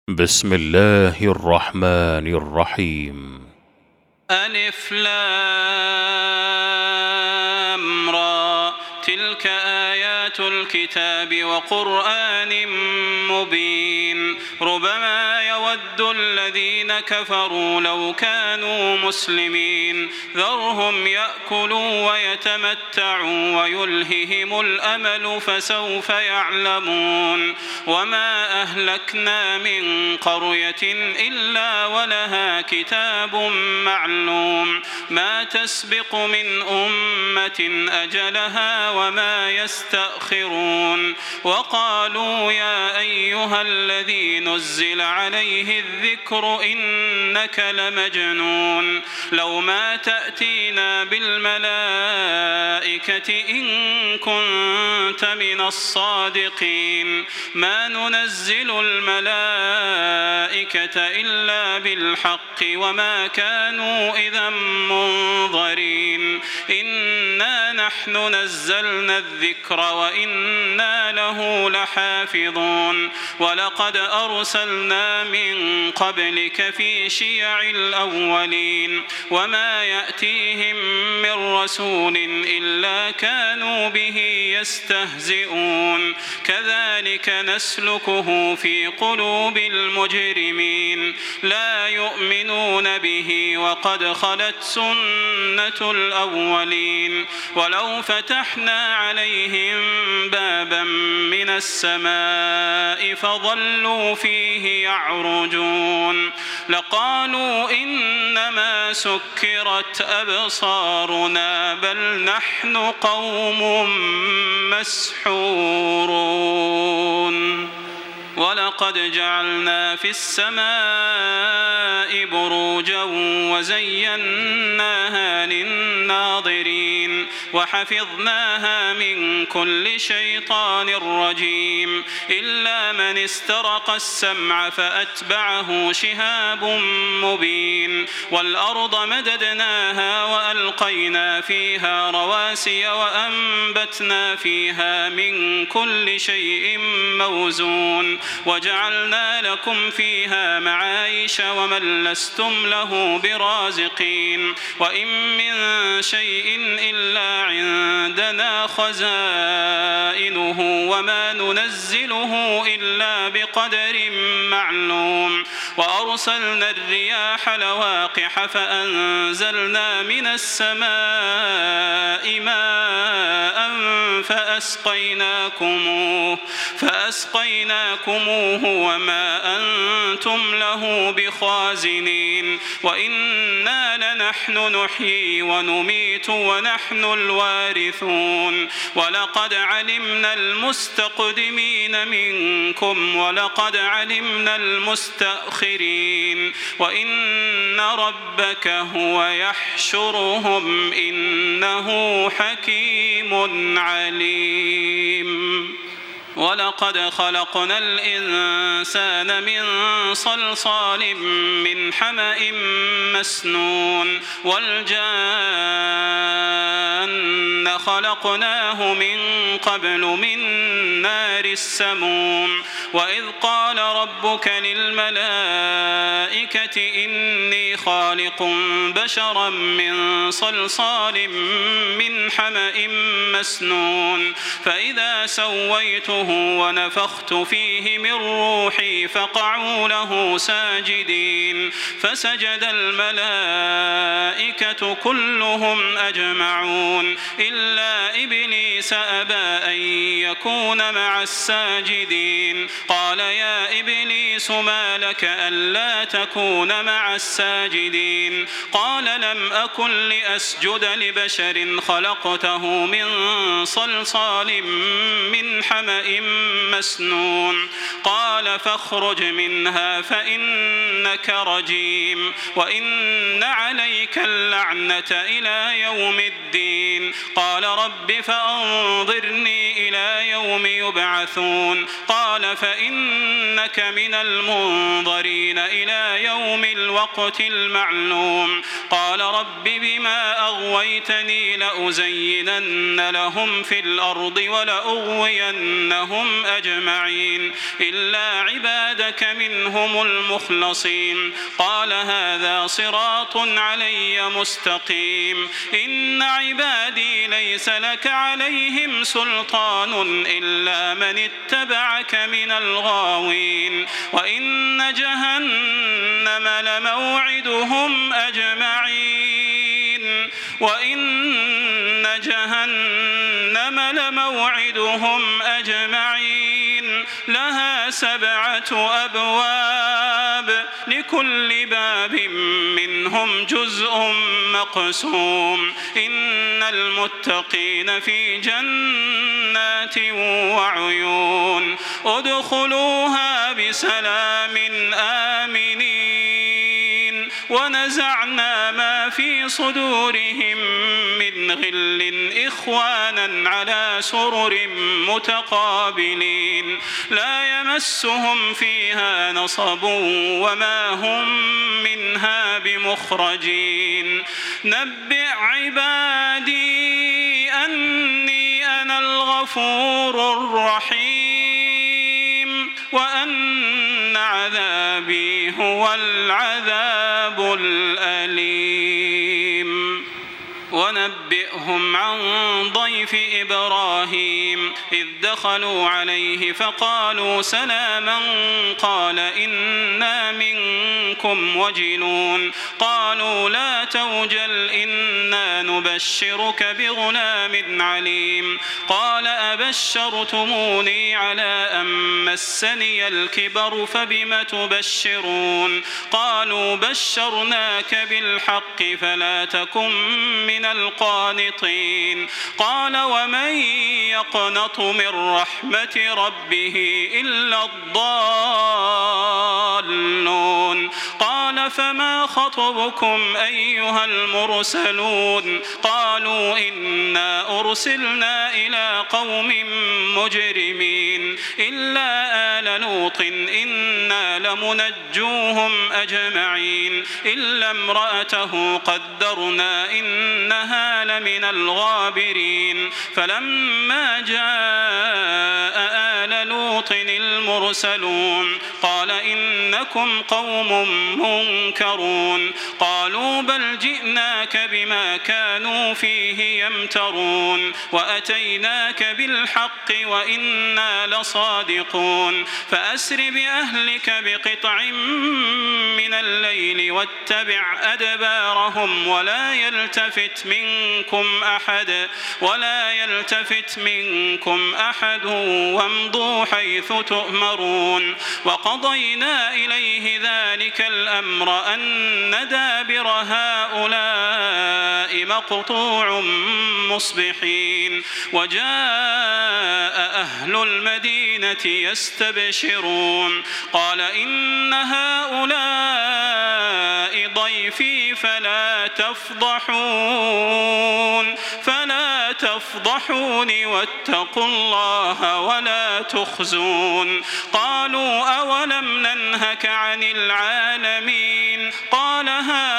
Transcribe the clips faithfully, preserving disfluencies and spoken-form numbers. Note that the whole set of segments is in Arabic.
بسم الله الرحمن الرحيم. ألف لام را تلك آيات الكتاب وقرآن مبين ربما يود الذين كفروا لو كانوا مسلمين ذرهم يأكلوا ويتمتعوا ويلههم الأمل فسوف يعلمون وما أهلكنا من قرية إلا ولها كتاب معلوم ما تسبق من أمة أجلها وما يستأخرون وقالوا يا أيها الذي نزل عليه الذكر إنك لمجنون لو ما تأتينا بالملائكة إن كنت من الصادقين ما ننزل الملائكة إلا بالحق وما كانوا إذا منظرين إنا نحن نزلنا الذكر وإنا له لحافظون ولقد أرسلنا من قبلك في شيع الأولين وما يأتيهم من رسول إلا كانوا به يستهزئون كذلك نسلكه في قلوب المجرمين لا يؤمنون به وقد خلت سنة الأولين ولو فتحنا عليهم بابا من السماء فظلوا فيه يعرجون لقالوا إنما سكرت أبصارنا بل نحن قوم مسحورون ولقد جعلنا في السماء بروجا وزيناها للناظرين وحفظناها من كل شيطان رجيم إلا من استرق السمع فأتبعه شهاب مبين والأرض مددناها وألقينا فيها رواسي وأنبتنا فيها من كل شيء موزون وجعلنا لكم فيها معايش ومن لستم له برازقين وإن من شيء إلا عندنا خزائنه وما ننزله إلا بقدر معلوم وأرسلنا الرياح لواقح فأنزلنا من السماء ماء فأسقيناكموه فأسقيناكموه وما أنتم له بخازنين وإنا لنحن نحيي ونميت ونحن الوارثون ولقد علمنا المستقدمين منكم ولقد علمنا المستأخرين وإن ربك هو يحشرهم إنه حكيم عليم ولقد خلقنا الإنسان من صلصال من حمأ مسنون والجان خلقناه من قبل من نار السموم وإذ قال ربك للملائكة إني خالق بشرا من صلصال من حمأ مسنون فإذا سويته ونفخت فيه من روحي فقعوا له ساجدين فسجد الملائكة كلهم أجمعون إلا إبليس أبى أن يكون مع الساجدين قال يا إبليس ما لك ألا تكون مع الساجدين قال لم أكن لأسجد لبشر خلقته من صلصال من حمأ مسنون قال فاخرج منها فإنك رجيم وإن عليك اللعنة إلى يوم الدين قال رب فأنظرني إلى يوم يبعثون يبعثون قال فإنك من المنظرين إلى يوم الوقت المعلوم قال رب بما أغويتني لأزينن لهم في الأرض ولأغوينهم أجمعين إلا عبادك منهم المخلصين قال هذا صراط علي مستقيم إن عبادي ليس لك عليهم سلطان إلا من اتبعك من الغاوين وإن جهنم لموعدهم أجمعين وإن جهنم لموعدهم أجمعين لها سبعة أبواب لكل باب منهم جزء مقسوم إن المتقين في جنات وعيون ادخلوها بسلام آمنين ونزعنا ما في صدورهم من غل إخوانا على سرر متقابلين لا يمسهم فيها نصب وما هم منها بمخرجين نبئ عبادي أني أنا الغفور الرحيم وأن عذابي هو العذاب الأليم ونبئهم عن ضيف إبراهيم إذ دخلوا عليه فقالوا سلاما قال إنا منكم وجلون قالوا لا توجل إنا نبشرك بغلام عليم قال أبشرتموني على أن مسني الكبر فبم تبشرون قالوا بشرناك بالحق فلا تكن من القانطين قال ومن يقنط من رحمة ربه إلا الضالون قال فما خطبكم أيها المرسلون قالوا إنا أرسلنا إلى قوم مجرمين إلا آل لوط إنا لمنجوهم أجمعين إلا امرأته قدرنا إنها لمن الغابرين فلما جاء آل لوط المرسلون قال إنكم قوم منكرون قالوا بل جئناك بما كانوا فيه يمترون وأتيناك بالحق وإنا لصادقون فأسر بأهلك بقطع من الليل واتبع أدبارهم ولا يلتفت منكم أحد ولا يلتفت منكم أحد وامضوا حيث تؤمرون وقضينا إليه ذلك الأمر أن دابر هؤلاء مقطوع مصبحين وجاء أهل المدينة يستبشرون قال إن هؤلاء ضيفي فلا تفضحون فلا تفضحون واتقوا الله ولا تخزون قالوا أولم ننهك عن العالمين قال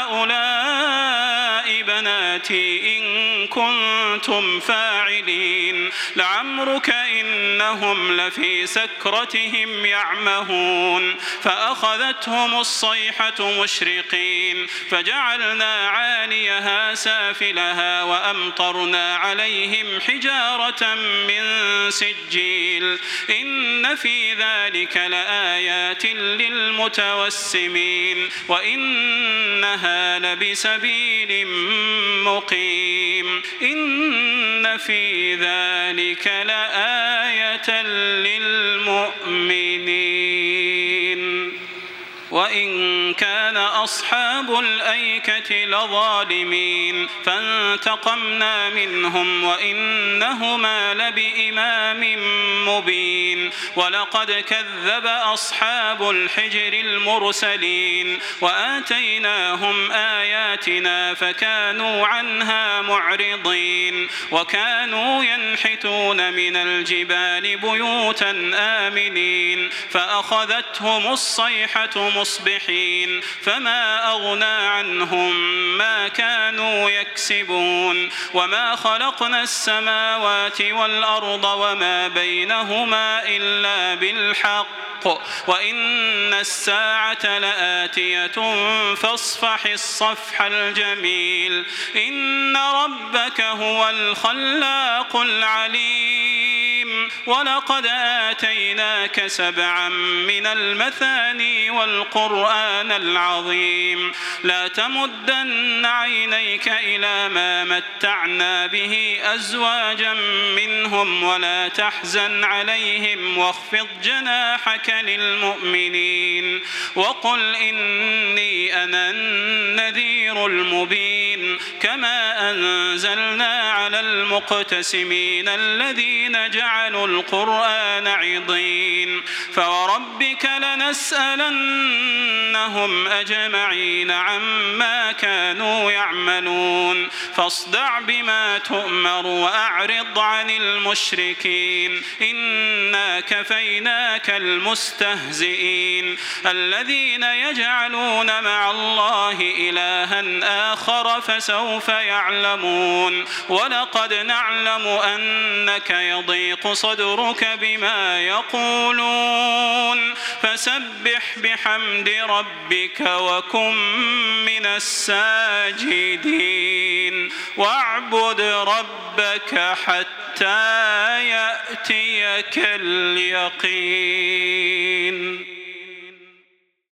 هؤلاء بناتي إن كنتم فاعلين لعمرك إنهم لفي سكرتهم يعمهون فأخذتهم الصيحة مشرقين فجعلنا عاليها سافلها وأمطرنا عليهم حجارة من سجيل إن في ذلك لآيات للمتوسمين وإنها لبسبيل مقيم إن في ذلك لآية للمؤمنين وإن كان أصحاب الأيكة لظالمين فانتقمنا منهم وإنهما لبإمام مبين ولقد كذب أصحاب الحجر المرسلين وآتيناهم آياتنا فكانوا عنها معرضين وكانوا ينحتون من الجبال بيوتا آمنين فأخذتهم الصيحة مصبحين فما أغنى عنهم ما كانوا يكسبون وما خلقنا السماوات والأرض وما بينهما إلا بالحق وإن الساعة لآتية فاصفح الصفح الجميل إن ربك هو الخلاق العليم ولقد آتيناك سبعا من المثاني والقرآن العظيم لا تمدن عينيك إلى ما متعنا به أزواجا منهم ولا تحزن عليهم واخفض جناحك للمؤمنين وقل إني أنا النذير المبين كما أنزلنا على المقتسمين الذين جعلوا القرآن عضين فوربك لنسألنهم أجمعين عما كانوا يعملون فاصدع بما تؤمر وأعرض عن المشركين إنا كفيناك المستهزئين الذين يجعلون مع الله إلها آخر فسوف يعلمون ولقد نعلم أنك يضيق صدرك بما يقولون فسبح بحمد ربك وكن من الساجدين واعبد ربك حتى يأتيك اليقين.